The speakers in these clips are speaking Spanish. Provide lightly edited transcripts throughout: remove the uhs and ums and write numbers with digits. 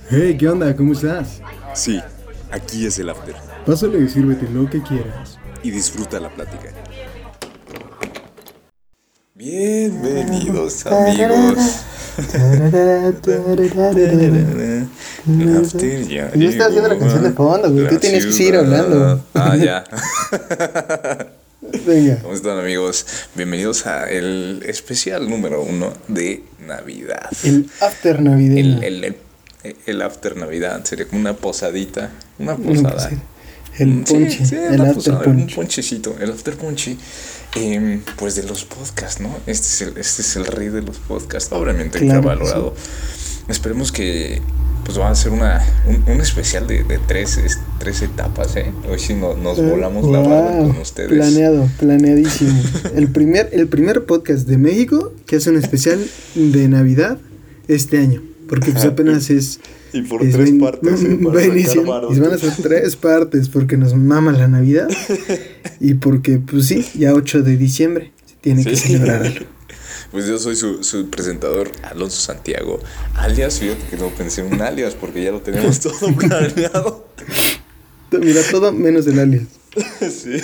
Hey, ¿qué onda? ¿Cómo estás? Sí, aquí es el after. Pásale y sírvete lo que quieras. Y disfruta la plática. Bienvenidos, amigos. El after ya Yo estaba haciendo la canción de fondo, güey. Tú tienes que seguir hablando. Ya. Venga. ¿Cómo están, amigos? Bienvenidos a el especial número 1 de Navidad. El after navideño. El after Navidad sería como una posadita. Una posada. El ponche. Sí, el una after posada, ponche. un ponchecito. El after ponche. Pues de los podcasts, ¿no? Este es el rey de los podcasts. Obviamente Claro, valorado. Esperemos que pues va a ser un especial de tres etapas, ¿eh? Hoy sí nos volamos la barda con ustedes. Planeadísimo. el primer podcast de México que hace un especial de Navidad este año. Porque pues apenas es... Y por tres partes. Va a iniciar, y van a ser 3 partes porque nos mama la Navidad. Y porque, pues sí, ya 8 de diciembre se tiene que celebrar. Pues yo soy su presentador, Alonso Santiago, alias, fíjate que no pensé en un alias porque ya lo tenemos todo planeado. Mira, todo menos el alias. Sí.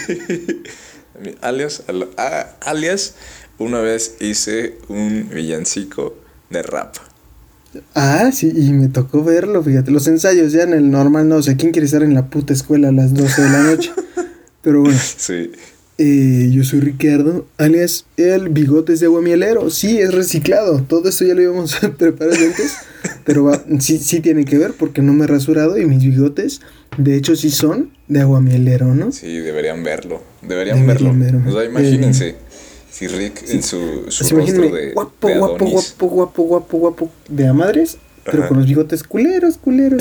Alias, una vez hice un villancico de rap. Ah, sí, y me tocó verlo, fíjate. Los ensayos ya en el normal, no, o sea, ¿quién quiere estar en la puta escuela a las 12 de la noche? Pero bueno. Sí. Yo soy Ricardo, alias el Bigotes de Aguamielero. Sí, es reciclado. Todo esto ya lo íbamos a preparar antes. Pero sí tiene que ver porque no me he rasurado y mis bigotes, de hecho, sí son de aguamielero, ¿no? Sí, deberían verlo. Deberían verlo. O sea, imagínense. Si Rick en su rostro de guapo de amadres, pero con los bigotes culeros.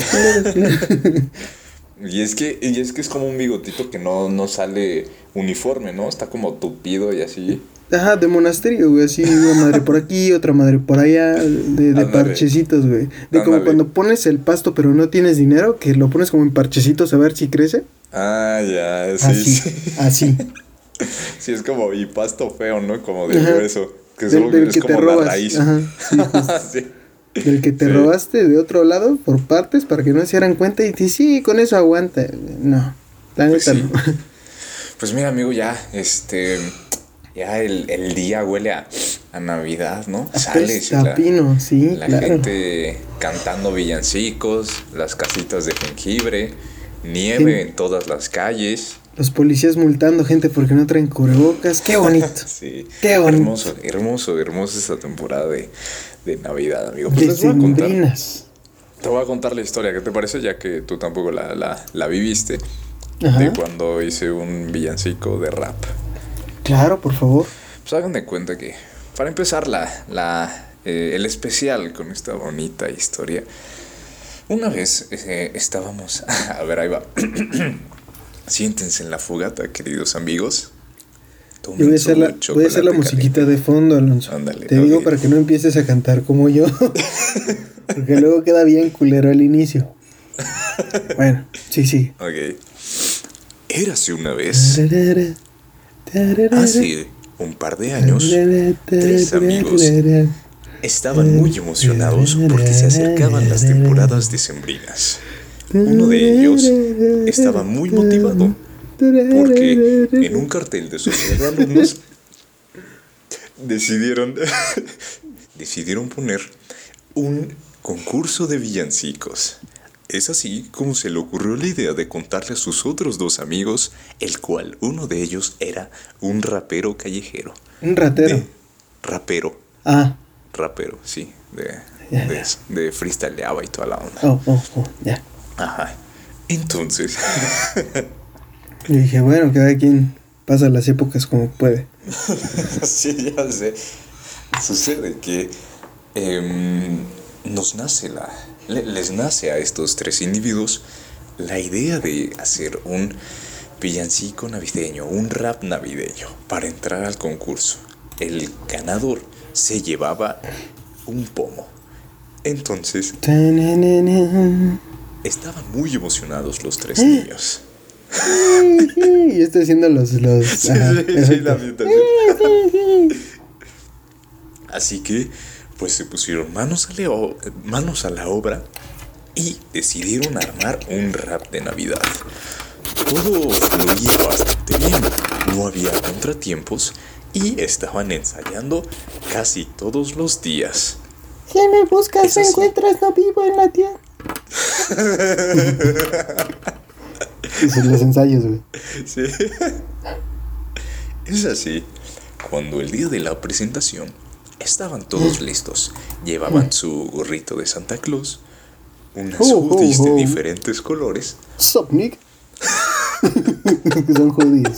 Y es que es como un bigotito que no sale uniforme, ¿no? Está como tupido y así. Ajá, de monasterio, güey, así, una madre por aquí, otra madre por allá, de parchecitos, güey. De como cuando pones el pasto pero no tienes dinero, que lo pones como en parchecitos a ver si crece. Ah, ya, sí. Así. Sí, es como, y pasto feo, ¿no? Como de hueso, que solo del es que como te robas. la raíz. Ajá, sí, sí. Del que te robaste de otro lado, por partes, para que no se dieran cuenta y dices, sí, con eso aguanta. No, la neta no. Pues mira, amigo, ya, ya el día huele a Navidad, ¿no? Sales pino, sí, la gente cantando villancicos, las casitas de jengibre, nieve en todas las calles. Los policías multando gente porque no traen cubrebocas. ¡Qué bonito! Sí, qué bonito. Hermoso esta temporada de Navidad, amigo. Pues les voy a contar. Te voy a contar la historia, ¿qué te parece? Ya que tú tampoco la viviste. Ajá. De cuando hice un villancico de rap. Claro, por favor. Pues hagan de cuenta que, para empezar el especial con esta bonita historia, una vez estábamos... A ver, ahí va. Siéntense en la fogata, queridos amigos. Yo voy a hacer la musiquita de fondo, Alonso. Ándale, te digo para que no empieces a cantar como yo. Porque luego queda bien culero al inicio. Bueno, sí. Ok. Érase una vez, hace un par de años, 3 amigos estaban muy emocionados porque se acercaban las temporadas decembrinas. Uno de ellos estaba muy motivado porque en un cartel de sociedad de alumnos decidieron poner un concurso de villancicos. Es así como se le ocurrió la idea de contarle a sus otros 2 amigos, el cual uno de ellos era un rapero callejero. ¿Un ratero? Rapero. Ah. Rapero, sí. De freestyleaba y toda la onda. Ya. Ajá. Entonces. Y dije, bueno, cada quien pasa las épocas como puede. Sí, ya sé. Sucede que les nace a estos 3 individuos la idea de hacer un villancico navideño, un rap navideño, para entrar al concurso. El ganador se llevaba un pomo. Entonces, estaban muy emocionados los 3 niños. Y estoy haciendo los sí, la ambientación. Así que, pues se pusieron manos a la obra y decidieron armar un rap de Navidad. Todo fluía bastante bien, no había contratiempos y estaban ensayando casi todos los días. Si me buscas, me encuentras, no vivo en la tierra. Son los ensayos, güey. Sí. Es así. Cuando el día de la presentación estaban todos listos. Llevaban su gorrito de Santa Claus, unas hoodies de diferentes colores. Sup, Nick? Que son judíos.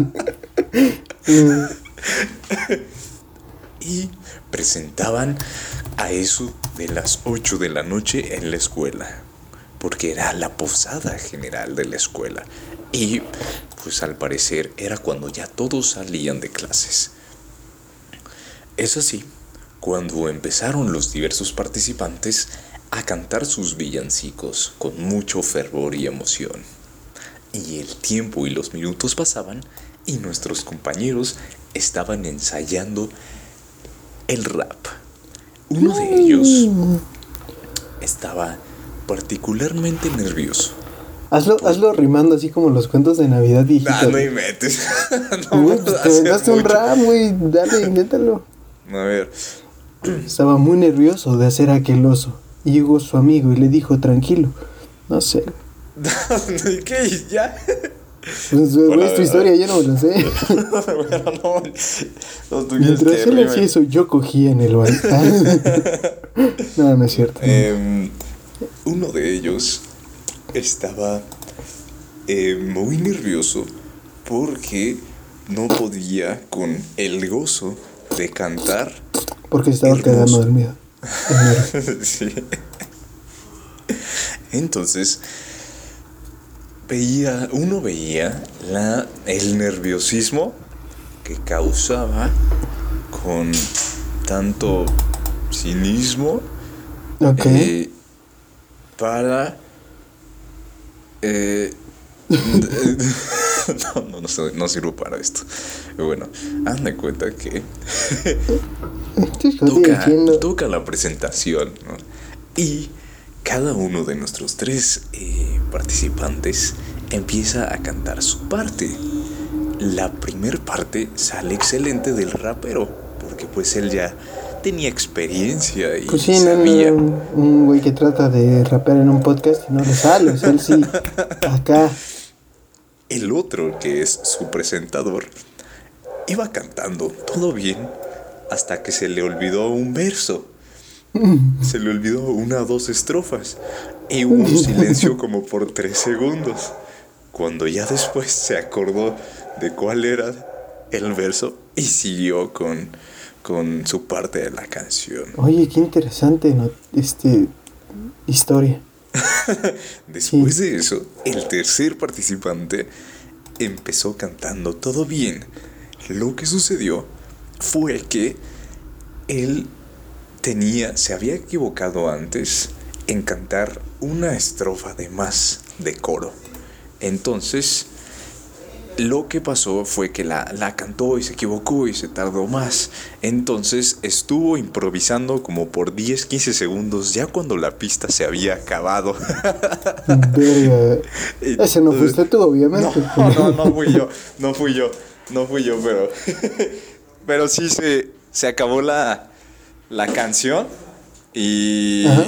Y presentaban a eso de las 8 de la noche en la escuela, porque era la posada general de la escuela. Y pues al parecer era cuando ya todos salían de clases. Es así, cuando empezaron los diversos participantes a cantar sus villancicos con mucho fervor y emoción. Y el tiempo y los minutos pasaban y nuestros compañeros estaban ensayando el rap. Uno de ellos estaba particularmente nervioso. Hazlo rimando así como los cuentos de Navidad viejitos. No inventes. Te inventaste un rap, güey. Dale, invéntalo. A ver. Estaba muy nervioso de hacer aquel oso. Y llegó su amigo y le dijo, tranquilo. No sé. ¿Qué? ¿Ya? Pues, es tu historia, yo no me lo sé. Mientras él hacía eso, yo cogía en el baile. No es cierto. Uno de ellos estaba muy nervioso porque no podía con el gozo de cantar. Porque estaba cagando del miedo. Sí. Entonces uno veía el nerviosismo que causaba con tanto cinismo. Okay. No sirvo para esto. Bueno, haz de cuenta que toca la presentación, ¿no? Y cada uno de nuestros tres participantes empieza a cantar su parte. La primer parte sale excelente del rapero, porque pues él ya tenía experiencia y pues sí, sabía. Un güey que trata de rapear en un podcast y no le sale, o sea, él sí, acá. El otro, que es su presentador, iba cantando todo bien hasta que se le olvidó un verso. Se le olvidó 1 o 2 estrofas y hubo un silencio como por 3 segundos. Cuando ya después se acordó de cuál era el verso y siguió con su parte de la canción. Oye, qué interesante, ¿no? Historia. Después de eso, el tercer participante empezó cantando todo bien. Lo que sucedió fue que él se había equivocado antes en cantar una estrofa de más de coro. Entonces, lo que pasó fue que la cantó y se equivocó y se tardó más. Entonces estuvo improvisando como por 10-15 segundos ya cuando la pista se había acabado. Verga. Ese no fuiste tú, obviamente. No fui yo, pero sí se acabó la canción y... Ajá.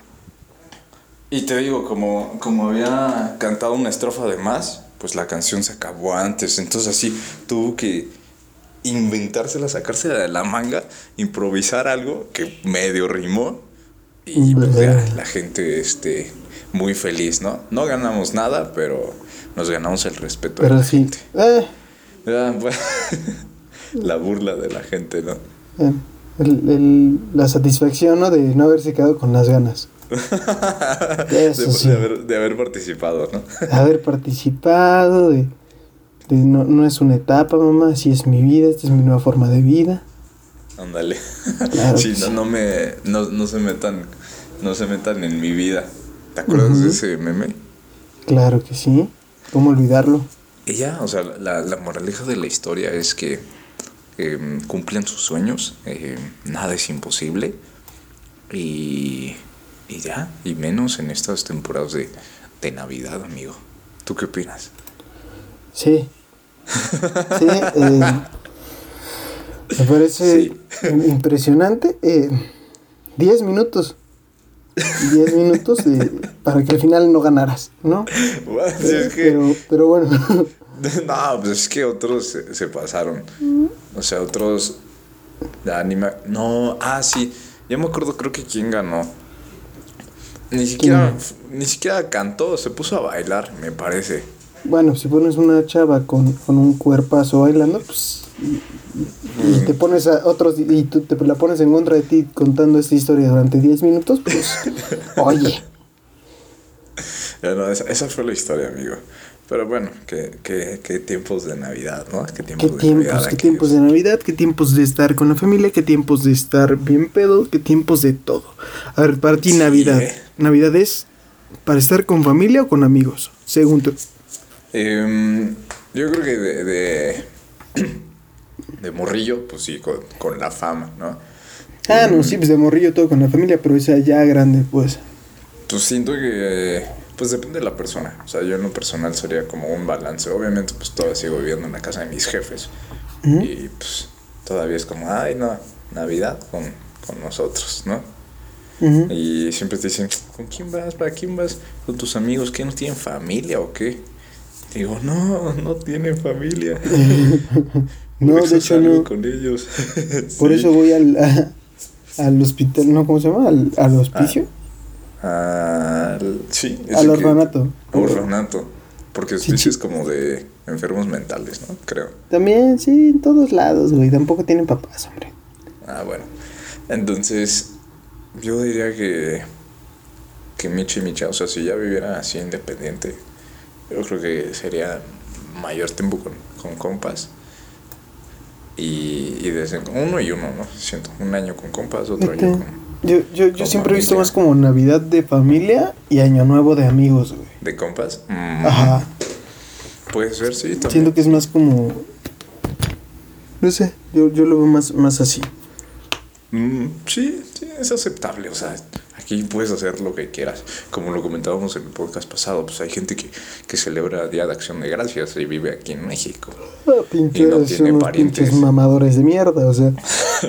Y te digo, como había cantado una estrofa de más, pues la canción se acabó antes. Entonces así tuvo que inventársela, sacársela de la manga, improvisar algo que medio rimó. Y pues ya la gente muy feliz, ¿no? No ganamos nada, pero nos ganamos el respeto de la gente. Pues, la burla de la gente, ¿no? La satisfacción, ¿no? De no haberse quedado con las ganas. de haber participado, ¿no? Haber participado, de no es una etapa, mamá, así es mi vida, esta es mi nueva forma de vida. Ándale. Claro, sí, no se metan en mi vida. ¿Te acuerdas de ese meme? Claro que sí. ¿Cómo olvidarlo? Y ya, o sea, la moraleja de la historia es que cumplen sus sueños, nada es imposible y Y ya, y menos en estas temporadas de Navidad, amigo. ¿Tú qué opinas? Sí. Sí, me parece Sí. impresionante. 10 minutos. 10 minutos para que al final no ganaras, ¿no? Bueno, sí, es que... Pero bueno. No, pues es que otros se pasaron. O sea, otros de anime. No, sí. Ya me acuerdo, creo que quién ganó. Ni siquiera cantó, se puso a bailar, me parece. Bueno, si pones una chava con un cuerpazo bailando, pues. Y te pones a otros. Y tú te la pones en contra de ti contando esta historia durante 10 minutos, pues. Oye. Ya no, esa fue la historia, amigo. Pero bueno, qué tiempos de Navidad, ¿no? Qué tiempos de Navidad. Qué tiempos de Navidad, qué tiempos de estar con la familia, qué tiempos de estar bien pedo, qué tiempos de todo. A ver, para ti, Sí, Navidad. ¿Navidad es para estar con familia o con amigos? Según tú. Yo creo que de morrillo, pues sí, con la fama, ¿no? No, sí, pues de morrillo todo con la familia, pero esa ya grande, pues. Pues siento que, pues depende de la persona. O sea, yo en lo personal sería como un balance. Obviamente, pues todavía sigo viviendo en la casa de mis jefes. Y pues todavía es como, no, Navidad con nosotros, ¿no? Y siempre te dicen, ¿con quién vas? ¿Para quién vas? ¿Con tus amigos? ¿Qué, no tienen familia o qué? Digo, no tienen familia. No, de hecho no. Con ellos. Por Sí. eso voy al hospital, ¿no? ¿Cómo se llama? ¿Al hospicio? Sí. Al orfanato. Orfanato. Porque Sí, hospicio es como de enfermos mentales, ¿no? Creo. También, sí, en todos lados, güey. Tampoco tienen papás, hombre. Bueno. Entonces, yo diría que Micha y Micha, o sea, si ya viviera así independiente, yo creo que sería mayor tiempo con compas. Y desde uno, ¿no? Siento, un año con compas, otro año con... Yo siempre he visto más como Navidad de familia y Año Nuevo de amigos, güey. ¿De compas? Ajá. Puede ser, sí, también. Siento que es más como... No sé, yo lo veo más así. Sí, es aceptable, o sea, aquí puedes hacer lo que quieras. Como lo comentábamos en el podcast pasado, pues hay gente que celebra Día de Acción de Gracias y vive aquí en México. Pinches, Y no tiene unos parientes. pinches mamadores de mierda, o sea.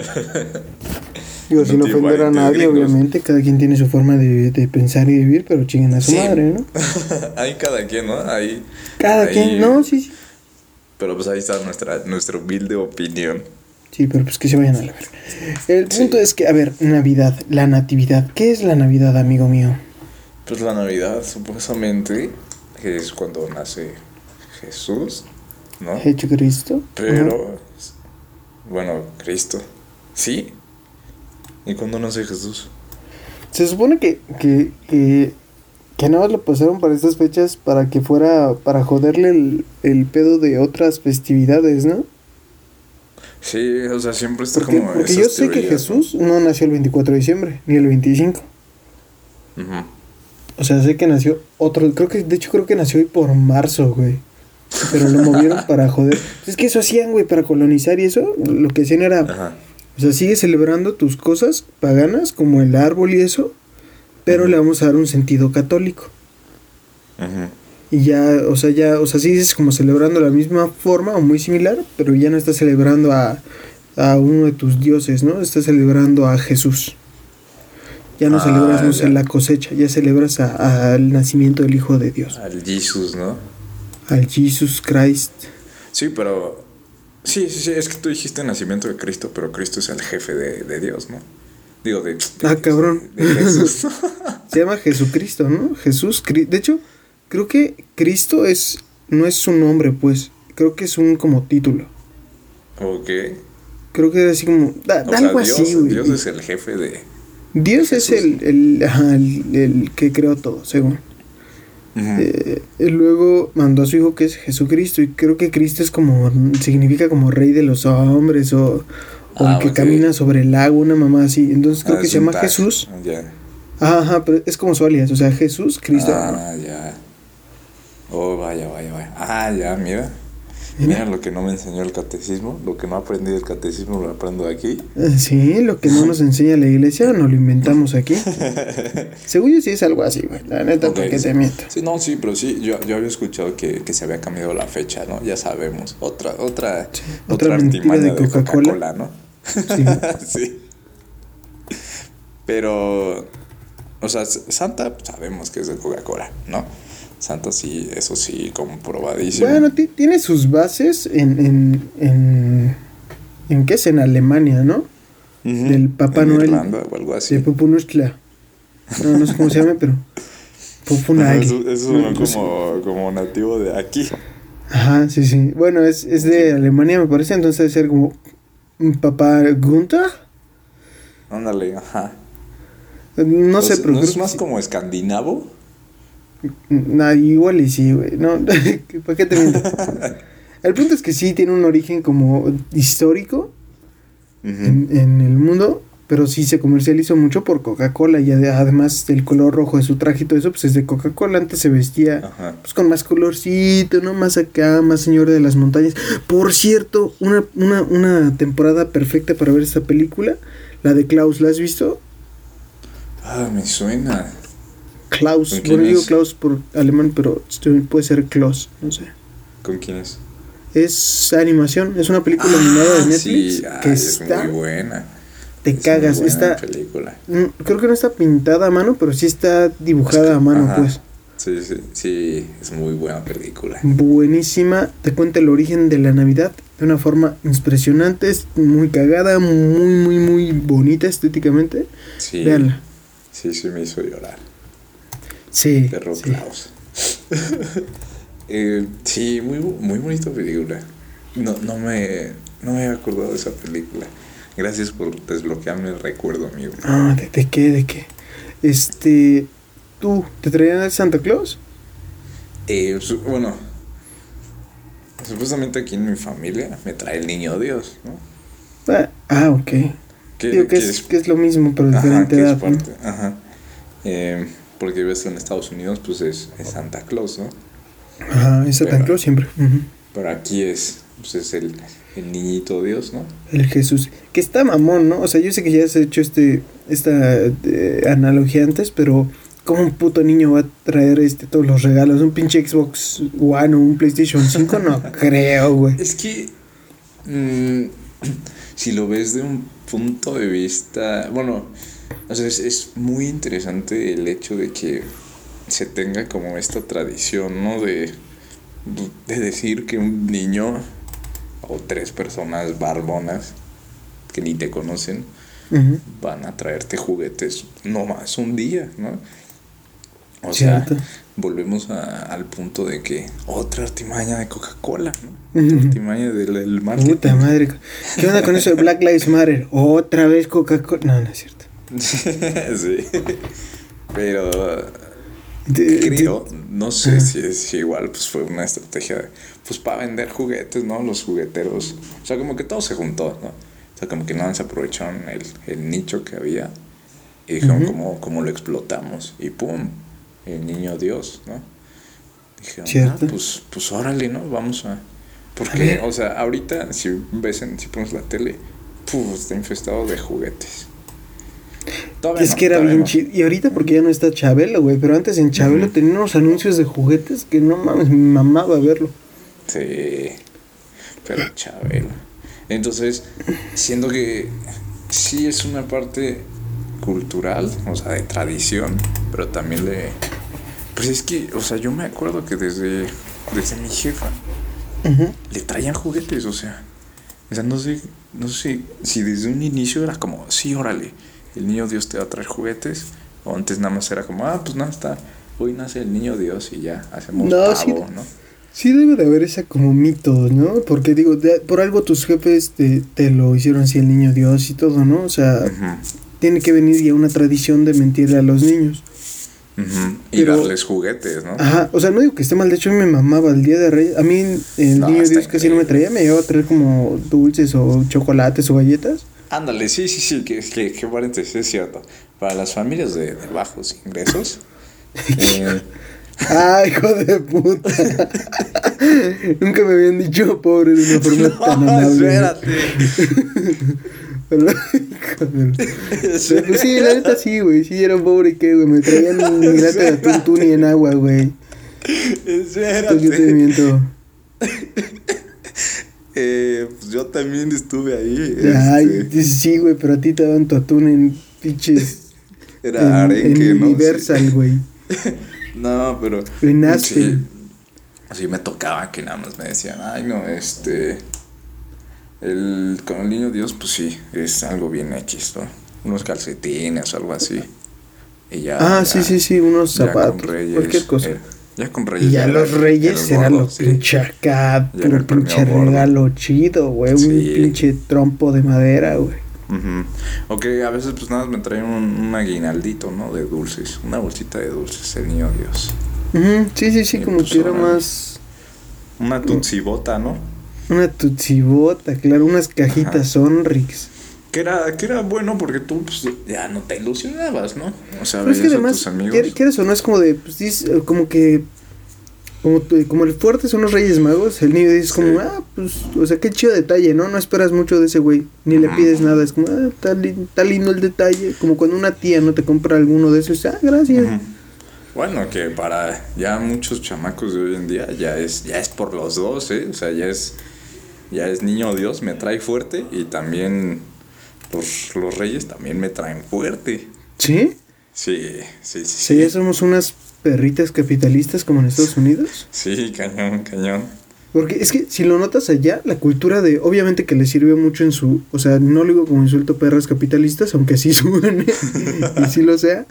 Digo, No sin tiene ofender a parientes nadie, gringos. obviamente, cada quien tiene su forma de pensar y vivir, pero chinguen a su Sí. madre, ¿no? Ahí cada quien, ¿no? Cada quien, no, sí. Pero pues ahí está nuestra humilde opinión. Sí, pero pues que se vayan a la verga. El punto es que, a ver, Navidad, la natividad. ¿Qué es la Navidad, amigo mío? Pues la Navidad, supuestamente, es cuando nace Jesús, ¿no? Jesucristo. Pero, bueno, Cristo. ¿Sí? ¿Y cuándo nace Jesús? Se supone que nada más lo pasaron para estas fechas para que fuera, para joderle el pedo de otras festividades, ¿no? Sí, o sea, siempre está Porque como yo sé que Jesús no nació el 24 de diciembre, ni el 25. Ujú. O sea, sé que nació creo que nació hoy por marzo, güey. Pero lo movieron para joder. Es que eso hacían, güey, para colonizar y eso, lo que hacían era... Ajá. O sea, sigue celebrando tus cosas paganas, como el árbol y eso, pero le vamos a dar un sentido católico. Ujú. Y ya, sigues como celebrando la misma forma o muy similar, pero ya no estás celebrando a uno de tus dioses, ¿no? Estás celebrando a Jesús. Ya no celebras, no sé, Ya. la cosecha, ya celebras al nacimiento del Hijo de Dios. Al Jesús, ¿no? Al Jesus Christ. Sí, pero... Sí, es que tú dijiste nacimiento de Cristo, pero Cristo es el jefe de Dios, ¿no? Digo, de Cabrón. De Jesús. Se llama Jesucristo, ¿no? De hecho, creo que Cristo no es su nombre, pues. Creo que es un como título. Ok. Creo que es así como... algo Dios, así, güey. Dios es el jefe de... Dios Jesús. es el que creó todo, según. Y luego mandó a su hijo que es Jesucristo. Y creo que Cristo es como... significa como rey de los hombres o el que ok. camina sobre el agua, una mamá así. Entonces creo que es se un llama tag. Jesús. Ya. Ajá, pero es como su alias. O sea, Jesús, Cristo. Ya. Oh, vaya. Ya, mira. Mira lo que no me enseñó el catecismo, lo que no aprendí del catecismo lo aprendo aquí. Sí, lo que no nos enseña la iglesia no lo inventamos aquí. Según yo sí es algo así, güey. La neta, Ok, porque sí. te miento. Sí, no, sí, pero sí, yo había escuchado que se había cambiado la fecha, ¿no? Ya sabemos, otra Otra mentira artimaña de de Coca-Cola. Coca-Cola, ¿no? Sí. Sí. Pero, o sea, Santa sabemos que es de Coca-Cola, ¿no? Santa sí, eso sí, comprobadísimo. Bueno, tiene sus bases ¿en qué es? En Alemania, ¿no? Ujú. Del Papá En Noel. Irlanda o algo así. De Pupunushkla. No sé cómo se llama, pero Pupunagli. Eso No, no no sé. como nativo de aquí. Ajá, sí. Bueno, es de Alemania, me parece, entonces debe ser como un Papá Gunther. Ándale, ajá. No sé, Entonces, pero ¿no creo es que más sí. como escandinavo? Nah, igual y sí, güey. No, ¿para qué te miento? El punto es que sí tiene un origen como histórico Ujú. en el mundo, pero sí se comercializó mucho por Coca-Cola y además el color rojo de su traje y todo eso, pues es de Coca-Cola. Antes se vestía Ajá. pues con más colorcito, ¿no? Más acá, más señor de las montañas. Por cierto, una temporada perfecta para ver esta película, la de Klaus, ¿la has visto? Ah, me suena. Klaus, ¿Con quién bueno, digo es? Klaus por alemán, pero puede ser Klaus, no sé. ¿Con quién es? Es animación, es una película animada de Netflix sí, que es está, muy buena. te Es cagas, muy buena está, película. creo que no está pintada a mano, pero sí está dibujada a mano, Ajá. pues. Sí, es muy buena película. Buenísima, te cuenta el origen de la Navidad de una forma impresionante, es muy cagada, muy bonita estéticamente. Sí, Véanla. sí me hizo llorar. Sí, Perro sí. Klaus. Sí, muy bonita película. No me había acordado de esa película. Gracias por desbloquearme el recuerdo, amigo. Ah, ¿de qué? ¿Tú te traían el Santa Claus? Bueno, supuestamente aquí en mi familia me trae el niño Dios, ¿no? Ok. Digo que es lo mismo, pero Ajá, diferente que es edad, ¿no? parte. Ajá. Porque ves que en Estados Unidos, pues es Santa Claus, ¿no? Ajá, es Santa Pero- Claus siempre. Ujú. Pero aquí pues es el niñito Dios, ¿no? El Jesús. Que está mamón, ¿no? O sea, yo sé que ya has hecho esta analogía antes, pero ¿cómo un puto niño va a traer todos los regalos? ¿Un pinche Xbox One o un PlayStation 5? No creo, güey. Es que mm, si lo ves de un punto de vista, bueno, o sea, es muy interesante el hecho de que se tenga como esta tradición, ¿no? De decir que un niño o tres personas barbonas que ni te conocen Ujú. van a traerte juguetes no más un día, ¿no? O Cierto. sea, volvemos al punto de que otra artimaña de Coca-Cola, ¿no? Otra Ujú. artimaña del marketing. Puta madre. ¿Qué onda con eso de Black Lives Matter? Otra vez Coca-Cola. No es cierto. Sí. Pero De- creo, no sé Ajá. si igual pues fue una estrategia pues para vender juguetes, ¿no? Los jugueteros. O sea, como que todo se juntó, ¿no? O sea, como que nada más aprovecharon el nicho que había y dijeron cómo lo explotamos. Y pum, el niño Dios, ¿no? Dijeron, Cierto. pues órale, ¿no? Vamos a... A Porque, ver. o sea, ahorita si pones la tele, está infestado de juguetes. Todavía Es no, que era todavía bien no. chido. Y ahorita porque ya no está Chabelo, güey. Pero antes en Chabelo Ujú. tenían unos anuncios de juguetes que no mames, me mamaba verlo. Sí, pero Chabelo. Entonces, siento que sí es una parte cultural, o sea, de tradición, pero también pues es que, o sea, yo me acuerdo que desde mi jefa le traían juguetes, o sea, no sé si desde un inicio era como, sí, órale, el niño Dios te va a traer juguetes, o antes nada más era como, pues nada, hoy nace el niño Dios y ya, hacemos No, pavo, sí. ¿no? Sí debe de haber esa como mito, ¿no? Porque digo, por algo tus jefes te lo hicieron así el niño Dios y todo, ¿no? O sea, Ujú, tiene que venir ya una tradición de mentirle a los niños. ujú. Y Pero- darles juguetes, ¿no? Ajá, o sea, no digo que esté mal, de hecho a mí me mamaba el Día de Reyes. A mí el No, niño está Dios casi no me increíble. traía, me llevaba a traer como dulces o chocolates o galletas. Ándale, sí, que paréntesis, es cierto. Para las familias de bajos ingresos, ¡Ay, hijo de puta! Nunca me habían dicho pobre de una forma tan amable. Espérate. Pero, hijo de... Pero, pues sí, la neta sí, güey. Sí, era un pobre que, güey. Me traían mi lata de atún tuni en agua, güey. Espérate. ¿Qué te miento? Pues yo también estuve ahí. Ay, sí, güey, pero a ti te daban tu atún en pinches... Era arenque, en ¿no? Universal, güey. No, pero... En Aspen. Sí, me tocaba que nada más me decían, ay, no, con el niño Dios, pues sí, es algo bien X, ¿no? Unos calcetines o algo así. Y ya... Ah, ya, sí, unos ya zapatos, con Reyes, cualquier cosa. Ya con Reyes. Y ya los Reyes era eran gordo, los sí. pinche acá, Ya era el puro pinche premio gordo. regalo chido, güey. Sí. Un pinche trompo de madera, güey. Uh-huh. Ok, a veces pues nada más me traen un aguinaldito, ¿no? De dulces, una bolsita de dulces, el niño Dios. Ujú, sí, Y como pues que era órale. más... Una tutsibota, ¿no? Una tutsibota, claro, unas cajitas Sonrix. Que era bueno porque tú pues, ya no te ilusionabas, ¿no? O sea, Pero es que veías a además, tus amigos. ¿quieres o no? Es como de, pues dices, como que... Como el fuerte son los Reyes Magos, el niño dice Sí. como, pues, o sea, qué chido detalle, ¿no? No esperas mucho de ese güey, ni le pides nada, es como, está lindo el detalle, como cuando una tía no te compra alguno de esos, gracias. Ujú. Bueno, que para ya muchos chamacos de hoy en día ya es por los dos, ¿eh? O sea, ya es niño Dios, me trae fuerte y también pues, los Reyes también me traen fuerte. ¿Sí? Sí. Ya somos unas perritas capitalistas como en Estados Unidos. Sí, cañón. Porque es que si lo notas allá, la cultura de, obviamente que le sirvió mucho en su, o sea, no lo digo como insulto perras capitalistas, aunque así suene y sí lo sea.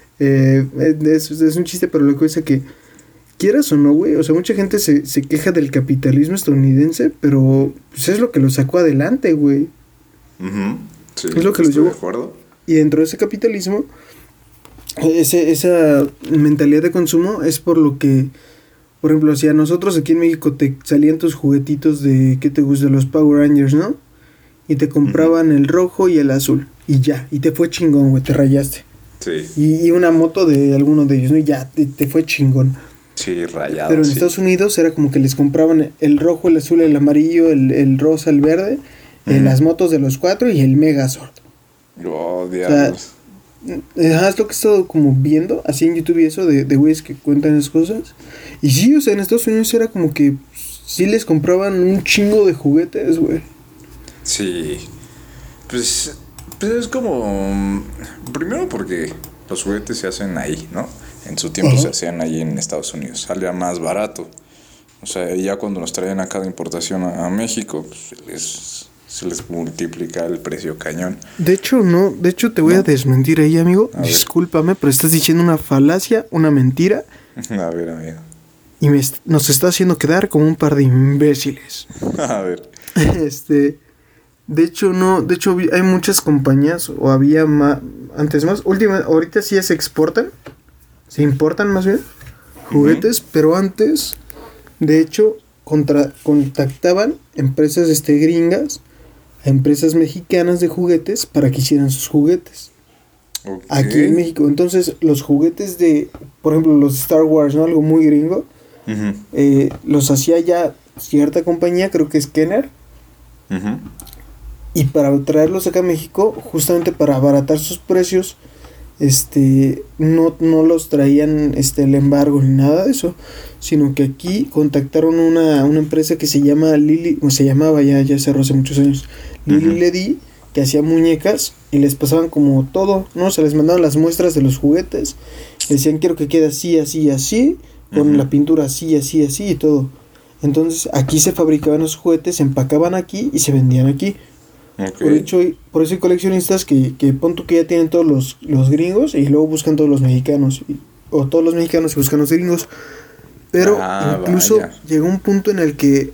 Es un chiste, pero lo que es que quieras o no, güey, o sea, mucha gente se queja del capitalismo estadounidense, pero pues es lo que lo sacó adelante, güey. Uh-huh. Sí, Es lo que lo estoy llevó. de acuerdo. Y dentro de ese capitalismo, esa mentalidad de consumo es por lo que, por ejemplo, si a nosotros aquí en México te salían tus juguetitos de, ¿qué te gusta? Los Power Rangers, ¿no? Y te compraban el rojo y el azul. Y ya, y te fue chingón, güey, te rayaste. Sí. Y una moto de alguno de ellos, ¿no? Y ya, te fue chingón. Sí, rayado. Pero en sí. Estados Unidos era como que les compraban el rojo, el azul, el amarillo, el rosa, el verde, las motos de los 4 y el Megazord. Oh, diablos. Es lo que he estado como viendo así en YouTube y eso de güeyes que cuentan esas cosas. Y sí, o sea, en Estados Unidos era como que sí les compraban un chingo de juguetes, güey. Sí. Pues es como... Primero porque los juguetes se hacen ahí, ¿no? En su tiempo se hacían ahí en Estados Unidos. Salía más barato. O sea, ya cuando nos traían acá de importación a México, pues se les multiplica el precio cañón. De hecho, no. De hecho, te voy a desmentir ahí, amigo. A ver. Discúlpame, pero estás diciendo una falacia, una mentira. A ver, amigo. Y nos está haciendo quedar como un par de imbéciles. A ver. De hecho, no. De hecho, hay muchas compañías, o había antes más. Ahorita sí ya se exportan. Se importan más bien juguetes, pero antes, de hecho, contactaban empresas gringas a empresas mexicanas de juguetes para que hicieran sus juguetes. Okay. Aquí en México. Entonces, los juguetes de, por ejemplo, los Star Wars, ¿no? Algo muy gringo. Uh-huh. Los hacía ya cierta compañía, creo que es Kenner. Uh-huh. Y para traerlos acá a México, justamente para abaratar sus precios, no los traían el embargo ni nada de eso, sino que aquí contactaron una empresa que se llama se llamaba ya cerró hace muchos años, Lili Ledy, que hacía muñecas y les pasaban como todo, ¿no? Se les mandaban las muestras de los juguetes, decían quiero que quede así, así, así, con la pintura así, así, así y todo. Entonces aquí se fabricaban los juguetes, se empacaban aquí y se vendían aquí. Okay. Por eso hay coleccionistas que pon tú que ya tienen todos los gringos y luego buscan todos los mexicanos. O todos los mexicanos y buscan los gringos. Pero incluso llegó un punto en el que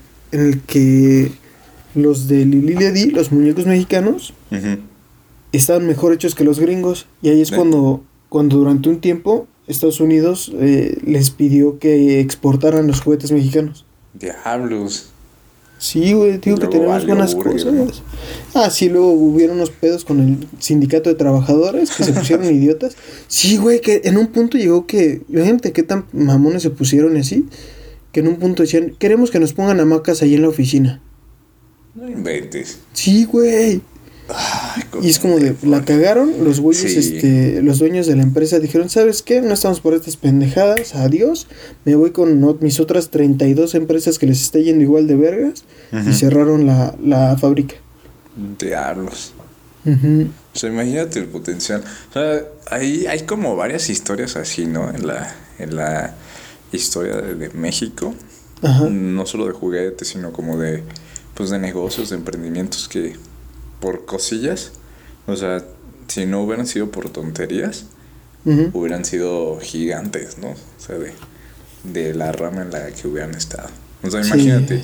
los de Lili Ledy, los muñecos mexicanos, estaban mejor hechos que los gringos. Y ahí es cuando durante un tiempo Estados Unidos les pidió que exportaran los juguetes mexicanos. Diablos. Sí, güey, digo que Luego tenemos valió buenas burger, cosas. ¿no? Ah, sí, luego hubieron unos pedos con el sindicato de trabajadores que se pusieron idiotas. Sí, güey, que en un punto llegó que, imagínate qué tan mamones se pusieron y así, que en un punto decían, queremos que nos pongan hamacas ahí en la oficina. No inventes. Sí, güey. Ay, Y es como de, la cagaron, los güeyes, Sí. los dueños de la empresa dijeron, ¿sabes qué? No estamos por estas pendejadas, adiós. Me voy con mis otras 32 empresas que les está yendo igual de vergas. Ujú. Y cerraron la fábrica. Diablos. Ujú. O sea, imagínate el potencial. O sea, hay como varias historias así, ¿no? En la historia de México. Ajá. No solo de juguetes, sino como de, pues, de negocios, de emprendimientos que por cosillas, o sea, si no hubieran sido por tonterías, Ujú. hubieran sido gigantes, ¿no? O sea, de la rama en la que hubieran estado. O sea, Sí. imagínate,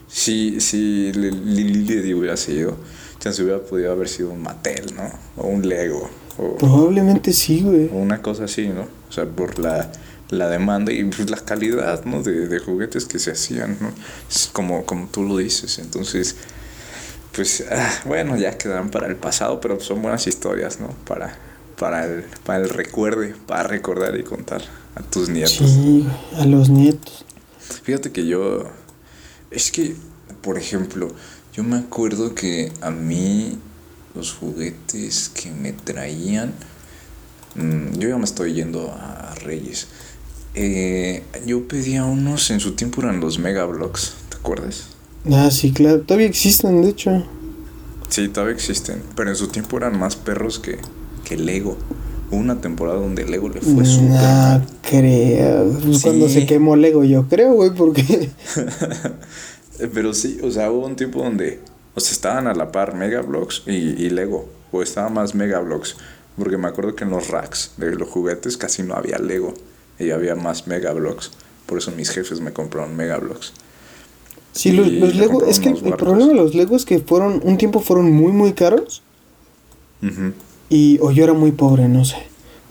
si Lili hubiera sido, chance hubiera podido haber sido un Mattel, ¿no? O un Lego, Probablemente sí, güey. o una cosa así, ¿no? O sea, por la demanda y pues, la calidad, ¿no? De juguetes que se hacían, ¿no? Es como tú lo dices, entonces, pues, bueno, ya quedarán para el pasado, pero son buenas historias, ¿no? Para el recuerde, para recordar y contar a tus nietos. Sí, güey, a los nietos. Fíjate que es que, por ejemplo, yo me acuerdo que a mí los juguetes que me traían, yo ya me estoy yendo a Reyes. Yo pedía unos, en su tiempo eran los Mega Bloks, ¿te acuerdas? Ah, sí, claro. Todavía existen, de hecho. Sí, todavía existen, pero en su tiempo eran más perros que Lego. Hubo una temporada donde Lego le fue súper No mal. creo. Pues Sí. cuando se quemó Lego, yo creo, güey, porque. Pero sí, o sea, hubo un tiempo donde, o sea, estaban a la par Mega Bloks y Lego, o estaba más Mega Bloks, porque me acuerdo que en los racks de los juguetes casi no había Lego, y había más Mega Bloks. Por eso mis jefes me compraron Mega Bloks. Sí, Y los me Lego. compraron Es que unos el barcos. problema de los Lego es que un tiempo fueron muy, muy caros. Ujú. O yo era muy pobre, no sé.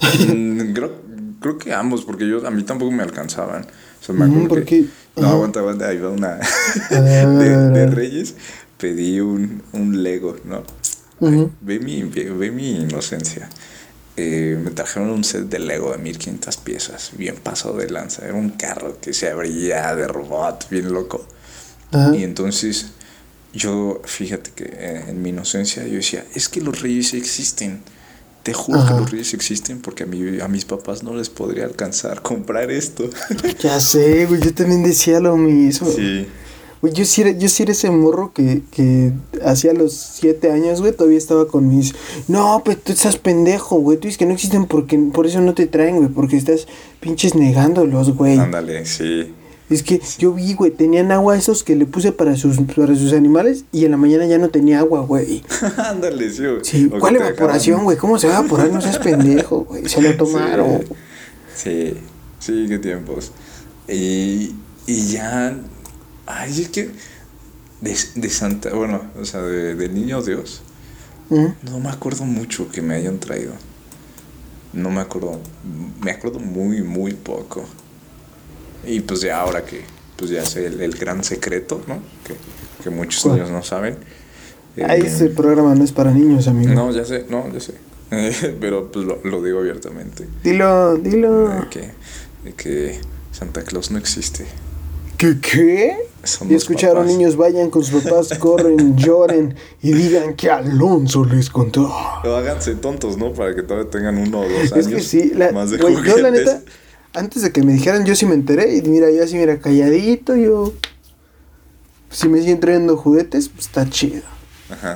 Creo que ambos, porque a mí tampoco me alcanzaban. O sea, me Ujú, acuerdo porque- que... No, ajá. aguanta, ahí va una... A ver, a ver, a ver, a de ver. Reyes pedí un Lego, ¿no? Ujú. Ve mi inocencia. Me trajeron un set de Lego de 1500 piezas, bien pasado de lanza. Era un carro que se abría de robot, bien loco. Ajá. Y entonces fíjate que en mi inocencia yo decía, es que los reyes existen. Te juro Ajá. que los reyes existen porque a mis papás no les podría alcanzar comprar esto. Ya sé, güey, yo también decía lo mismo. Sí. Güey, yo sí era ese morro que hacía los 7 años, güey, todavía estaba con mis... No, pues tú estás pendejo, güey, tú dices que no existen porque por eso no te traen, güey, porque estás pinches negándolos, güey. Ándale, sí. Es que yo vi, güey, tenían agua esos que le puse para sus animales y en la mañana ya no tenía agua, güey. Ándale, sí. Sí, O ¿cuál que te evaporación, dejaban- güey? ¿Cómo se va a evaporar? No seas pendejo, güey, se lo tomaron. Sí, qué tiempos. Y ya... Ay, es que... De Santa... Bueno, o sea, de Niño Dios... ¿Mm? No me acuerdo mucho que me hayan traído. No me acuerdo. Me acuerdo muy, muy poco. Y pues ya ahora que pues ya sé el gran secreto, ¿no? Que muchos ¿Cuál? niños no saben. Ay, ese programa no es para niños, amigo. No, ya sé. Pero pues lo digo abiertamente. Dilo. De que Santa Claus no existe. ¿Qué? Son Y los escucharon, papás. niños, vayan con sus papás, corren, lloren y digan que Alonso les contó. O háganse tontos, ¿no? Para que todavía tengan 1 o 2 años Es que sí, más de güey, yo la juguetes. neta, antes de que me dijeran, yo sí me enteré. Y mira, yo así, mira, calladito, yo... Si me siguen trayendo juguetes, pues está chido. Ajá.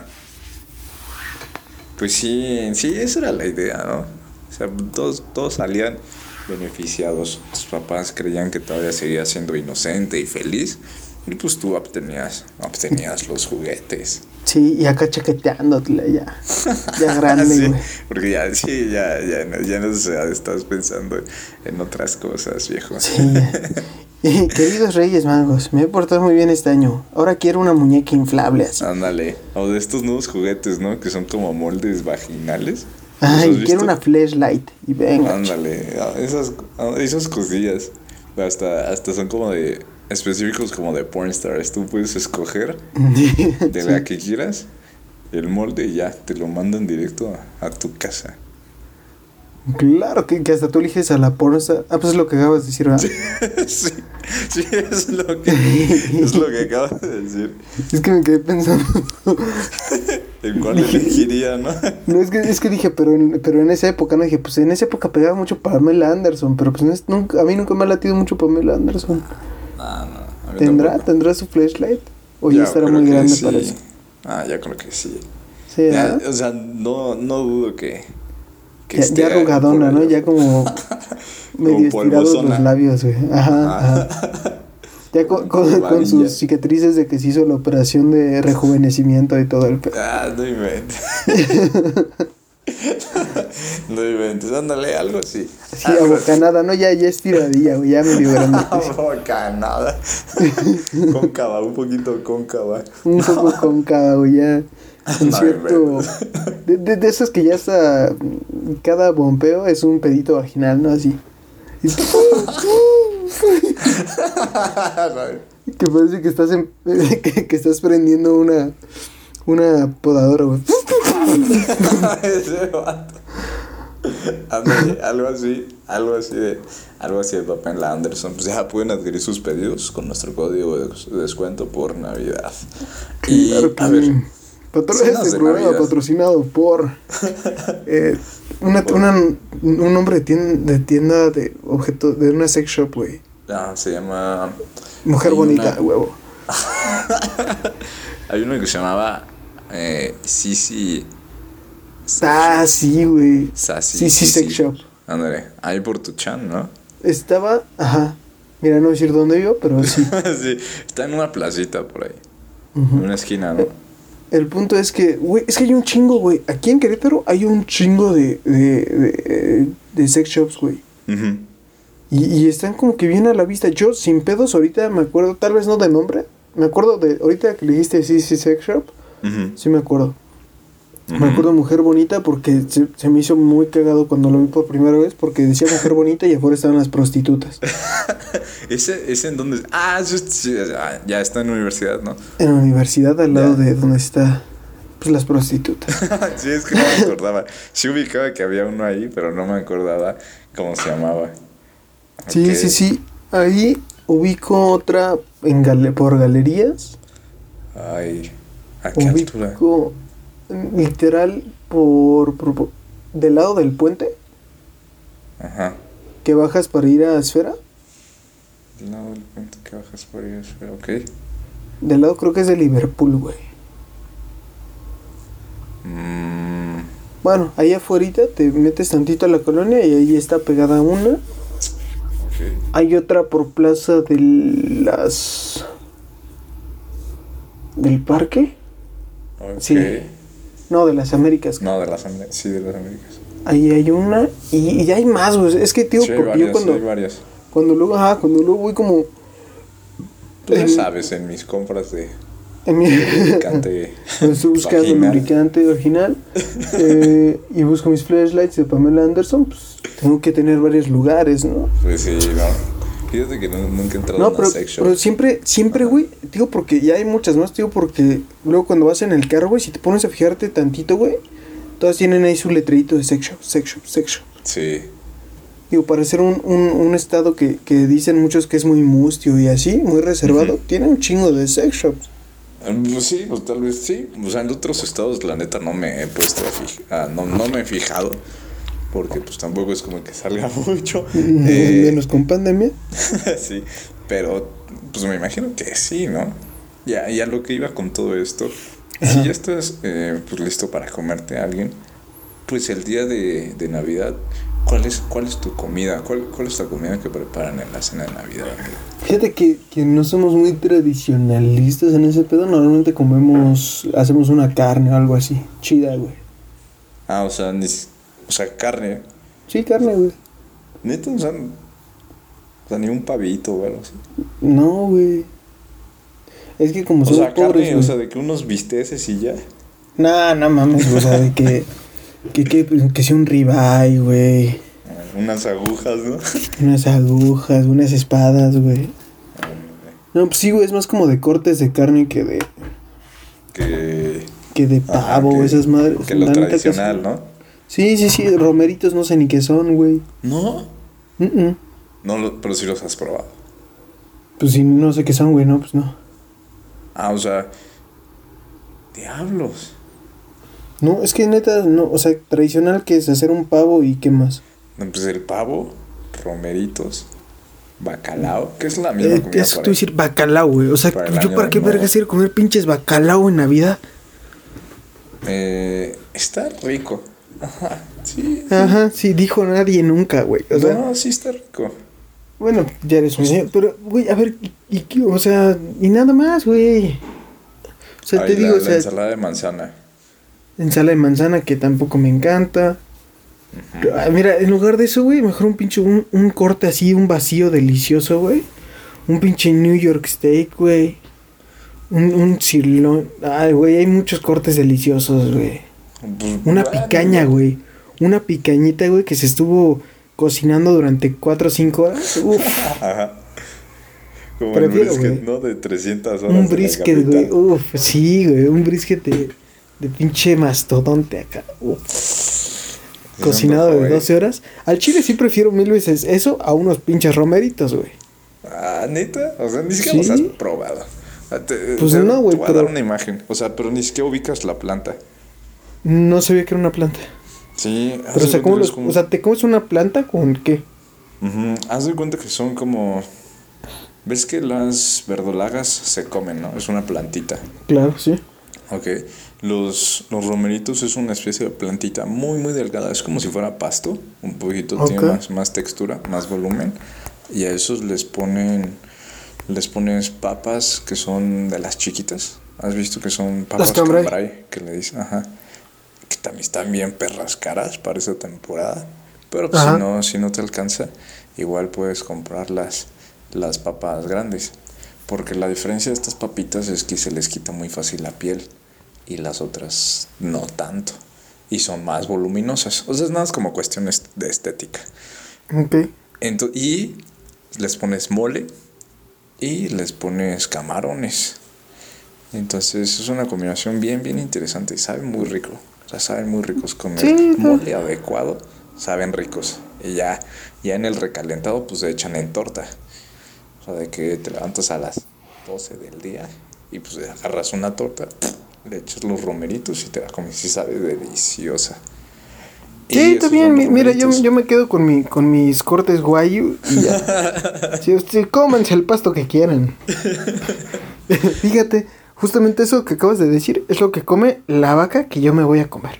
Pues sí, esa era la idea, ¿no? O sea, todos salían beneficiados. Tus papás creían que todavía seguías siendo inocente y feliz. Y pues tú obtenías los juguetes. Sí, y acá chaqueteándole ya. Ya grande, Sí, güey. porque ya no sé, estás pensando en otras cosas, viejo. Sí. Queridos Reyes Magos, me he portado muy bien este año. Ahora quiero una muñeca inflable así. Ándale. O de estos nuevos juguetes, ¿no? Que son como moldes vaginales. Ay, ¿Los has quiero visto? una flashlight. Y venga. Ándale, esas cosillas. Hasta son como de específicos como de pornstars. Tú puedes escoger de Sí. la que quieras el molde y ya te lo mandan directo a tu casa. Claro que hasta tú eliges a la pornstar. Ah, pues es lo que acabas de decir, ¿verdad? Sí, sí, es lo que acabas de decir. Es que me quedé pensando. ¿En cuál elegiría, no? No, es que dije, pero en esa época, no dije, pues en esa época pegaba mucho Pamela Anderson, pero pues nunca, a mí nunca me ha latido mucho Pamela Anderson. No, a mí tampoco. ¿Tendrá su flashlight? ¿O ya estará creo muy que grande sí. para eso? Yo creo que sí. Sí, Ya, ¿verdad? o sea, no dudo que Ya esté arrugadona, por ¿no? allá. Ya como medio Como estirados polvosona. los labios, güey. Ajá. Ya con Amarilla. sus cicatrices de que se hizo la operación de rejuvenecimiento y todo el pedo. No inventes. No inventes, ándale, algo así. Sí, abocanada, ¿no? Ya estiradilla, güey, ya medio grande. Abocanada. Cóncava, un poquito cóncava. Un poco cóncava, güey, ya. En No, cierto. De esos que ya está. Cada bombeo es un pedito vaginal, ¿no? Así. Y- que parece que estás que estás prendiendo una podadora, güey. Ese vato. Ándale, algo así de Pamela Anderson. Pues ya pueden adquirir sus pedidos con nuestro código de descuento por Navidad. Y Claro que a ver, este de programa Navidad. patrocinado por un hombre de tienda de objetos, de una sex shop, güey. Se llama Mujer hay bonita, una- huevo. Hay uno que se llamaba Sisi. Sí, güey. Sassy. Sí, sex shop. Ándale, ahí por tu chan, ¿no? Estaba, ajá. Mira, no decir dónde vivo, pero sí. Sí, está en una placita por ahí. Ujú. En una esquina, ¿no? El punto es que, güey, es que hay un chingo, güey. Aquí en Querétaro hay un chingo de sex shops, güey. Ujú. Y están como que bien a la vista. Yo, sin pedos, ahorita me acuerdo, tal vez no de nombre. Me acuerdo de, ahorita que le dijiste sí, sex shop, Ujú. sí me acuerdo. Ujú. Me acuerdo Mujer Bonita porque se me hizo muy cagado cuando lo vi por primera vez porque decía Mujer Bonita y afuera estaban las prostitutas. ¿Ese en dónde? Sí, ya está en la universidad, ¿no? En la universidad al lado Ya. de donde está, pues, las prostitutas. Sí, es que no me acordaba. Sí ubicaba que había uno ahí, pero no me acordaba cómo se llamaba. Sí, Ok. sí. Ahí ubico otra por galerías. Ay, ¿a qué altura? Ubico literal del lado del puente Ajá. que bajas para ir a Esfera. Del lado del puente que bajas por ahí, ok. Del lado creo que es de Liverpool, güey. Bueno, ahí afuera te metes tantito a la colonia y ahí está pegada una. Ok. Hay otra por Plaza del Parque. Ok. Sí. No, de las Américas. No, de las Américas. Sí, de las Américas. Ahí hay una y hay más, güey. Es que, tío, Sí, hay porque varias, yo cuando, hay varias. cuando luego voy como Tú ya en- sabes, en mis compras de en mi lubricante estoy buscando vaginal. lubricante original y busco mis flashlights de Pamela Anderson, pues tengo que tener varios lugares, ¿no? Pues sí, no. Fíjate que nunca he entrado No, en una pero, sex shop. pero siempre, güey, digo, porque ya hay muchas más, tío, porque luego cuando vas en el carro, güey, si te pones a fijarte tantito, güey, todas tienen ahí su letrerito de sex shop, sex shop, sex shop. Sí. Digo, para ser un estado que dicen muchos que es muy mustio y así, muy reservado, Ujú. tiene un chingo de sex shops. Pues sí, pues tal vez sí. O sea, en otros estados, la neta, no me he puesto a fijar. No me he fijado. Porque pues tampoco es como que salga mucho. Menos con pandemia. Sí. Pero pues me imagino que sí, ¿no? Ya lo que iba con todo esto. Si ya estás pues listo para comerte a alguien, pues el día de Navidad, ¿cuál es tu comida? ¿Cuál es la comida que preparan en la cena de Navidad, amigo? Fíjate que no somos muy tradicionalistas en ese pedo. Normalmente hacemos una carne o algo así. Chida, güey. O sea, carne. Sí, carne, güey. Neta, o sea, ni un pavito o algo así. No, güey. Es que como O somos sea, pobres, carne, güey. o sea, de que unos bisteces y ya. Nah, no mames, o sea, de que sea un ribeye, güey. Unas agujas, ¿no? Unas agujas, unas espadas, güey. No, pues sí, güey, es más como de cortes de carne que de... Que de pavo, esas madres. Que lo La neta tradicional, sí. ¿no? Sí, romeritos no sé ni qué son, güey. ¿No? Mm. No, pero sí los has probado. Pues sí, no sé qué son, güey, no, pues no. Ah, o sea... Diablos. No, es que neta, no, o sea, tradicional que es hacer un pavo y qué más. No, pues el pavo, romeritos, bacalao, que es la misma comida Eso te voy a decir bacalao, güey. O sea, para el yo año para qué nuevo. verga quiero comer pinches bacalao en Navidad. Está rico. Ajá, sí. Ajá, sí, dijo nadie nunca, güey. O sea, No, sí está rico. bueno, ya eres un señor, pero, güey, a ver, o sea, y nada más, güey. O sea, Ay, te digo, o la sea, ensalada de manzana. ensalada de manzana que tampoco me encanta. Ah, mira, en lugar de eso, güey, mejor un pinche, un corte así, un vacío delicioso, güey. Un pinche New York steak, güey. Un sirloin. Ay, güey, hay muchos cortes deliciosos, güey. Pues, Una bueno, picaña, güey. Una picañita, güey, que se estuvo cocinando durante 4 o 5 horas. Uf, Ajá. Como Prefiero, el brisket, güey. ¿no? De 300 horas. un de la brisket, güey. capital. Uf, sí, güey. Un brisket de pinche mastodonte acá. Uf. Se Cocinado antojó, de 12 horas. Al chile sí prefiero 1000 veces eso a unos pinches romeritos, güey. Ah, ¿neta? O sea, ni siquiera Sí. los has probado. Pues no, güey, Te voy a pero- dar una imagen. O sea, pero ni siquiera ubicas la planta. No sabía que era una planta. Sí. Pero, haz o de sea, cuenta ¿cómo que los, es como- o sea, ¿te comes una planta con qué? Ujú. Haz de cuenta que son como... ¿Ves que las verdolagas se comen, no? Es una plantita. Claro, sí. Ok. Los romeritos es una especie de plantita muy, muy delgada. Es como si fuera pasto. Un poquito, Ok. tiene más textura, más volumen. Y a esos les pones papas que son de las chiquitas. ¿Has visto que son papas Las cambray. cambray? Que le dicen, ajá. Que también están bien perras caras para esa temporada. Pero pues, Ajá. si no te alcanza, igual puedes comprar las papas grandes. Porque la diferencia de estas papitas es que se les quita muy fácil la piel y las otras no tanto. Y son más voluminosas. O sea, es nada más como cuestiones de estética. Ok. Y les pones mole y les pones camarones. Entonces es una combinación bien, bien interesante. Y sabe muy rico. O sea, saben muy ricos con Sí, el no. mole adecuado. Saben ricos. Y ya en el recalentado pues se echan en torta. O sea, de que te levantas a las 12 del día y pues agarras una torta, le echas los romeritos y te la comes. Y sabe deliciosa. Y Sí, está esos bien. son los Mira, yo romeritos. me quedo con mis cortes guayu y ya. Sí, cómanse el pasto que quieran. Fíjate, justamente eso que acabas de decir es lo que come la vaca que yo me voy a comer.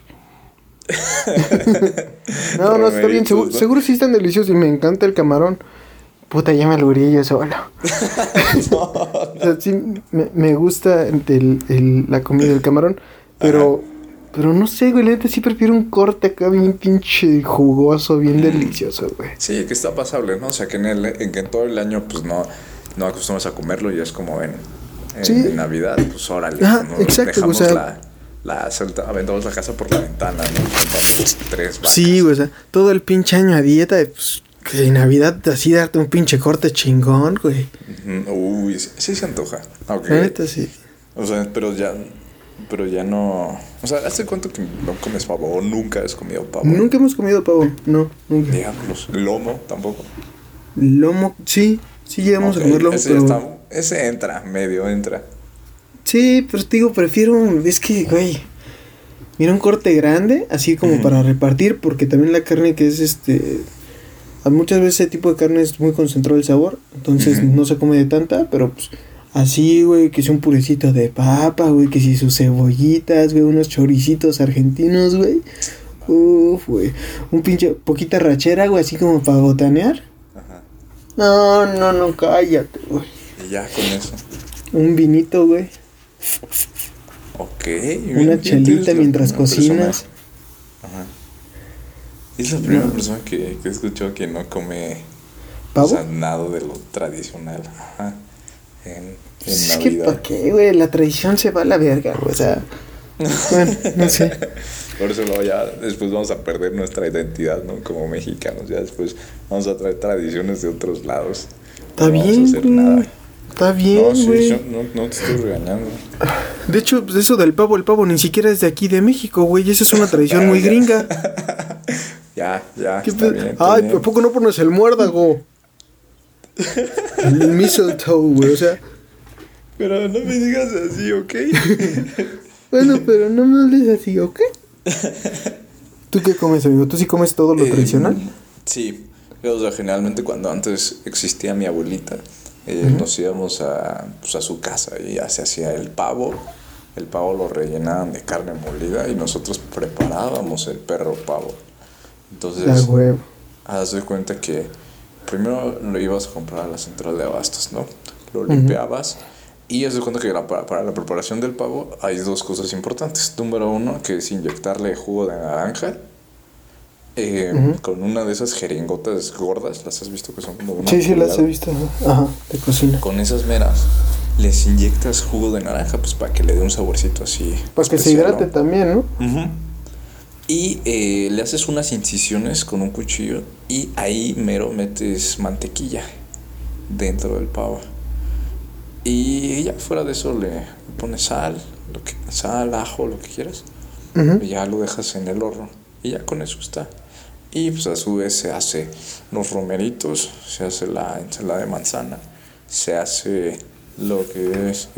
No, está bien. Romeritos, Seguro, ¿no? seguro sí están deliciosos y me encanta el camarón. Puta, ya me albureé yo solo. O sea, sí, me gusta la comida del camarón, pero no sé, güey, la neta sí prefiero un corte acá bien pinche jugoso, bien delicioso, güey. Sí, que está pasable, ¿no? O sea, que en que en todo el año pues no acostumbras a comerlo y es como en Sí. Navidad, pues órale. Ajá, ¿no? exacto, Dejamos o sea- aventamos la casa por la ventana, ¿no? Soltamos 3 vacas. Sí, güey, o sea, todo el pinche año a dieta, pues, que en Navidad así darte un pinche corte chingón, güey. Ujú. Uy, sí se antoja. Ok. La neta sí. O sea, pero ya no... O sea, ¿hace cuánto que no comes pavo o nunca has comido pavo? Nunca hemos comido pavo, no, nunca. Diablos. Lomo tampoco. Lomo, sí llegamos Ok, a comer lomo, ese, pero... ese entra, medio entra. Sí, pero te digo, es que, güey, mira un corte grande, así como para repartir, porque también la carne que es muchas veces ese tipo de carne es muy concentrado el sabor, entonces no se come de tanta, pero pues así, güey, que sea un purecito de papa, güey, que si sus cebollitas, güey, unos choricitos argentinos, güey. Uf, güey, un pinche poquita rachera, güey, así como para botanear. Ajá. No, cállate, güey. Y ya con eso. Un vinito, güey. Ok. Una chelita mientras cocinas. Ajá. Es la primera No. persona que escuchó que no come ¿Pavo? o sea, nada de lo tradicional. Ajá. En Es que Navidad. ¿para qué, güey? La tradición se va a la verga, güey. O sea, bueno, no sé. Por eso luego ya después vamos a perder nuestra identidad, ¿no? Como mexicanos. Ya después vamos a traer tradiciones de otros lados. Está No vamos a bien, hacer güey. nada. Está bien, No, sí, güey. yo no te estoy regañando. De hecho, pues eso del pavo, el pavo ni siquiera es de aquí de México, güey. Esa es una tradición muy Ya. gringa. Ya, ¿Qué está pe- bien. Está Ay, bien. ¿a poco no pones el muérdago? El mistletoe, güey. O sea, Pero no me digas así, ¿ok? bueno, pero no me hables así, ¿ok? ¿Tú qué comes, amigo? ¿Tú sí comes todo lo tradicional? Sí, o sea, generalmente cuando antes existía mi abuelita, nos íbamos pues, a su casa y ya se hacía el pavo. El pavo lo rellenaban de carne molida y nosotros preparábamos el perro pavo. Entonces, La huevo. haz de cuenta que primero lo ibas a comprar a la central de abastos, ¿no? Lo limpiabas y haz de cuenta que para la preparación del pavo hay dos cosas importantes. Número uno, que es inyectarle jugo de naranja. Con una de esas jeringotas gordas, ¿las has visto? Que son como una Sí, sí, las pulgada. he visto. Ajá, de cocina. Con esas meras les inyectas jugo de naranja, pues para que le dé un saborcito así Para que se especial, hidrate ¿no? también, ¿no? Ujú. Y le haces unas incisiones con un cuchillo y ahí mero metes mantequilla dentro del pavo. Y ya fuera de eso le pones sal, sal, ajo, lo que quieras. Y ya lo dejas en el horno. Y ya con eso está. Y pues a su vez se hace los romeritos, se hace la ensalada de manzana, se hace lo que es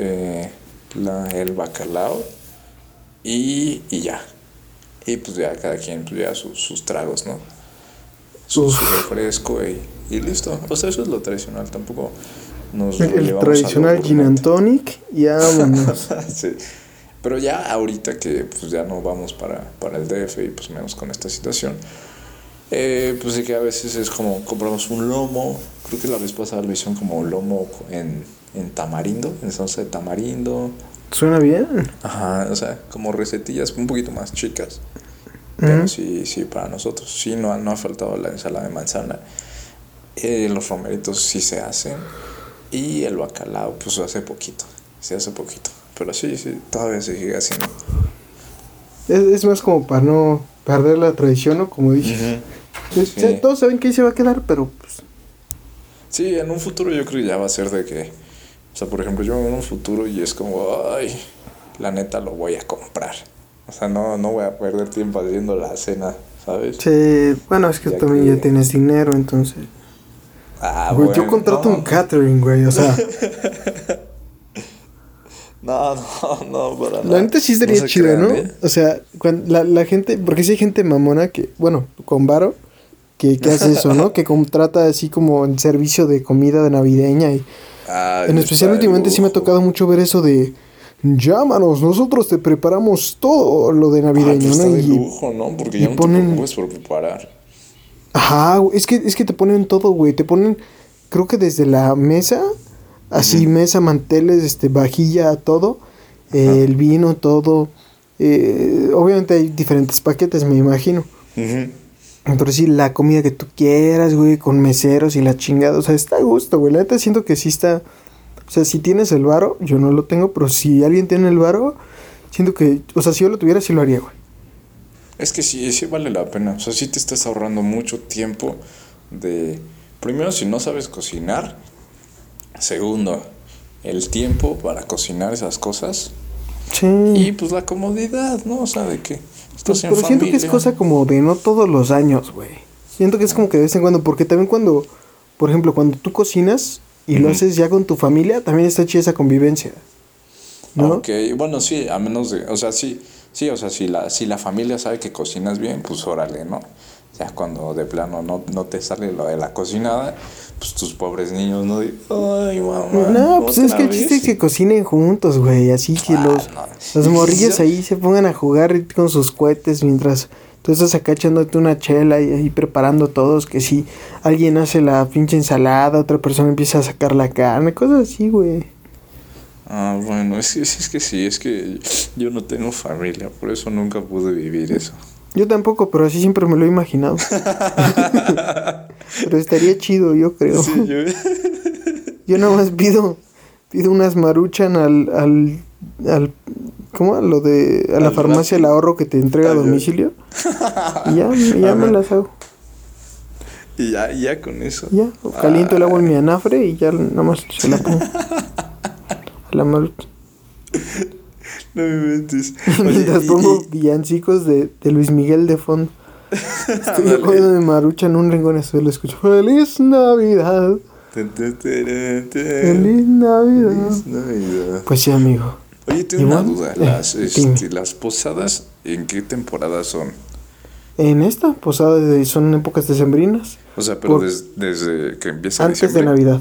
el bacalao y ya. Y pues ya cada quien pues ya sus tragos, ¿no? Su refresco y listo. O sea, eso es lo tradicional, tampoco nos El llevamos a lo tradicional gin and gourmet. tonic y vámonos. Sí. Pero ya ahorita que pues ya no vamos para el DF y pues menos con esta situación, pues sí que a veces es como compramos un lomo. Creo que la vez pasada lo hicieron como lomo en tamarindo, en salsa de tamarindo. ¿Suena bien? Ajá, o sea, como recetillas un poquito más chicas. Pero sí, para nosotros. Sí, no ha faltado la ensalada de manzana. Los romeritos sí se hacen. Y el bacalao, pues se hace poquito. Pero sí, todavía se sigue haciendo. Es más como para no perder la tradición, ¿no? Como dices. Pues, Sí. o sea, todos saben que ahí se va a quedar, pero pues... Sí, en un futuro yo creo que ya va a ser de que... O sea, por ejemplo, yo en un futuro y es como... Ay, la neta lo voy a comprar. O sea, no voy a perder tiempo haciendo la cena, ¿sabes? Sí, bueno, es que Ya también que- ya tienes dinero, entonces... Ah, Güey, yo bueno, contrato no. un catering, güey, o sea... No, para nada. La neta sí estaría No se chido, crean, ¿no? ¿eh? O sea, cuando la gente... Porque sí hay gente mamona que... Bueno, con varo... Que hace eso, ¿no? Que contrata así como en servicio de comida navideña y... Ay, En especial está de últimamente sí me ha lujo. tocado mucho ver eso de... Llámanos, nosotros te preparamos todo lo de Ah, navideño, pues está ¿no? de Y, lujo, ¿no? Porque y ya no ponen- te preocupes por preparar. ajá, güey, es que te ponen todo, güey. Te ponen, creo que desde la mesa, así mesa, manteles, vajilla, todo. El vino, todo. Obviamente hay diferentes paquetes, me imagino. Ujú. Pero sí, la comida que tú quieras, güey, con meseros y la chingada. O sea, está a gusto, güey. La neta siento que sí está... O sea, si tienes el varo, yo no lo tengo, pero si alguien tiene el varo, siento que... O sea, si yo lo tuviera, sí lo haría, güey. Es que sí vale la pena. O sea, sí te estás ahorrando mucho tiempo de... Primero, si no sabes cocinar. Segundo, el tiempo para cocinar esas cosas. Sí. Y pues la comodidad, ¿no? O sea, de que estás en Pero siento que es familia. cosa como de no todos los años, güey. Siento que es como que de vez en cuando, porque también cuando, por ejemplo, cuando tú cocinas y lo haces ya con tu familia, también está chida esa convivencia. ¿no? Ok, bueno, sí, a menos de, o sea, sí, o sea, si la familia sabe que cocinas bien, pues órale, ¿no? Ya cuando de plano no te sale lo de la cocinada, pues tus pobres niños no dicen, ay, mamá. No, pues es que el ¿otra chiste vez?". es que cocinen juntos, güey. Así que Ah, los no. morrillos ahí se pongan a jugar con sus cohetes mientras tú estás acá echándote una chela y ahí preparando todos. Que si alguien hace la pinche ensalada, otra persona empieza a sacar la carne, cosas así, güey. Ah, bueno, es que sí, es que yo no tengo familia, por eso nunca pude vivir eso. Yo tampoco, pero así siempre me lo he imaginado. Pero estaría chido, yo creo. Sí, Yo nada más pido unas maruchan al ¿cómo? A la Al farmacia Rappi. el ahorro que te entrega a Ah, ya. domicilio. Y ya me las hago. Y ya con eso. Ya, caliento el agua en mi anafre y ya nada más se la pongo. A la marucha. No me inventes. Mientras pongo villancicos de Luis Miguel de fondo. Estoy comiendo de marucha en un rincón y solo escucho ¡Feliz Navidad! ¡Feliz Navidad! Pues sí, amigo. Oye, tengo una duda. Las posadas, ¿en qué temporada son? En esta posada son épocas decembrinas. O sea, pero desde que empieza antes diciembre. de Navidad.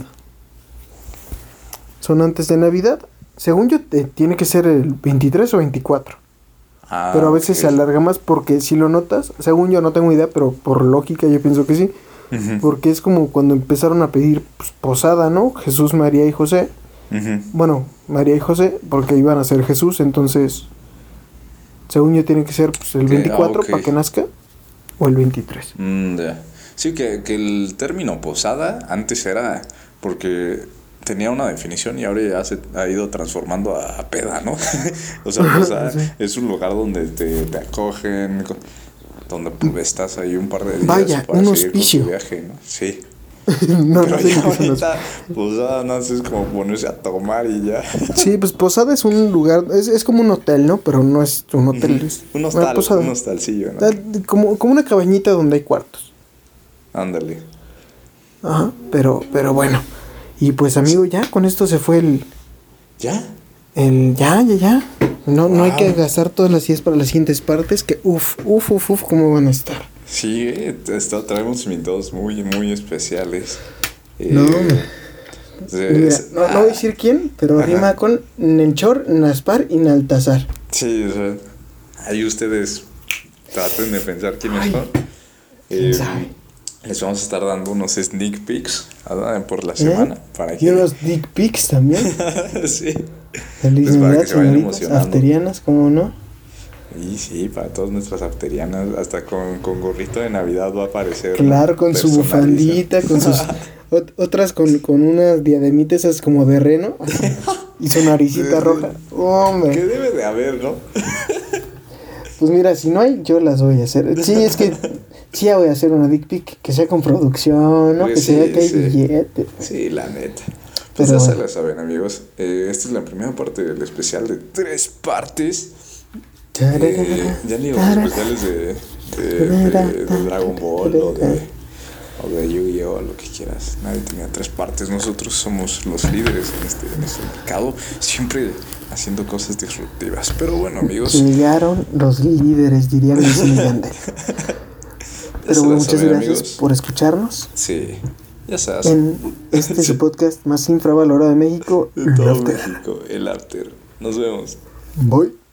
Son antes de Navidad. Según yo, tiene que ser el 23 o 24. Pero a veces se alarga más porque si lo notas, según yo no tengo idea, pero por lógica yo pienso que sí. Uh-huh. Porque es como cuando empezaron a pedir pues, posada, ¿no? Jesús, María y José. Uh-huh. Bueno, María y José, porque iban a ser Jesús, entonces, según yo tiene que ser pues, el 24 para que nazca, o el 23. Yeah. Sí, que el término posada antes era porque tenía una definición y ahora ya se ha ido transformando a peda, ¿no? O sea, posada sí. Es un lugar donde te acogen, donde pues, estás ahí un par de días. Vaya, para un seguir hospicio. Con tu viaje, ¿no? Sí. No, pero no ya ahorita posada no es como ponerse a tomar y ya. Sí, pues posada es un lugar, es como un hotel, ¿no? Pero no es un hotel. Es un hostalcillo, ¿no? Como una cabañita donde hay cuartos. Ándale. Ajá, pero bueno. Y pues amigo, ya con esto se fue el... ¿Ya? Ya. No hay que gastar todas las ideas para las siguientes partes, que uf, cómo van a estar. Sí, traemos invitados muy, muy especiales. No voy a decir quién, pero rima con Nelchor, Naspar y Naltazar. Sí, o sea, ahí ustedes traten de pensar quiénes son. ¿Quién sabe? Les vamos a estar dando unos sneak peeks por la semana. Y unos dick pics también. Sí. Feliz Navidad, señoritas afterianas, ¿cómo no? Y sí, para todas nuestras afterianas, hasta con gorrito de Navidad va a aparecer. Claro, con su bufandita, con sus... otras con unas diademitas esas como de reno. Y su naricita roja. Hombre. ¿Qué debe de haber, no? Pues mira, si no hay, yo las voy a hacer. Sí, es que... Sí, ya voy a hacer una dick pic que sea con producción, ¿no? Pues que se vea que hay billete. Sí, la neta. Pues ya se la saben, amigos. Esta es la primera parte del especial de 3 partes. Ya ni los especiales de Dragon Ball o de Yu-Gi-Oh, lo que quieras. Nadie tenía 3 partes. Nosotros somos los líderes en este mercado, siempre haciendo cosas disruptivas. Pero bueno, amigos. Llegaron los líderes, dirían los Yandel. Pero muchas gracias, amigos, por escucharnos. Sí, ya sabes. En este es el podcast más infravalorado de México, de todo México, el After. Nos vemos. Bye.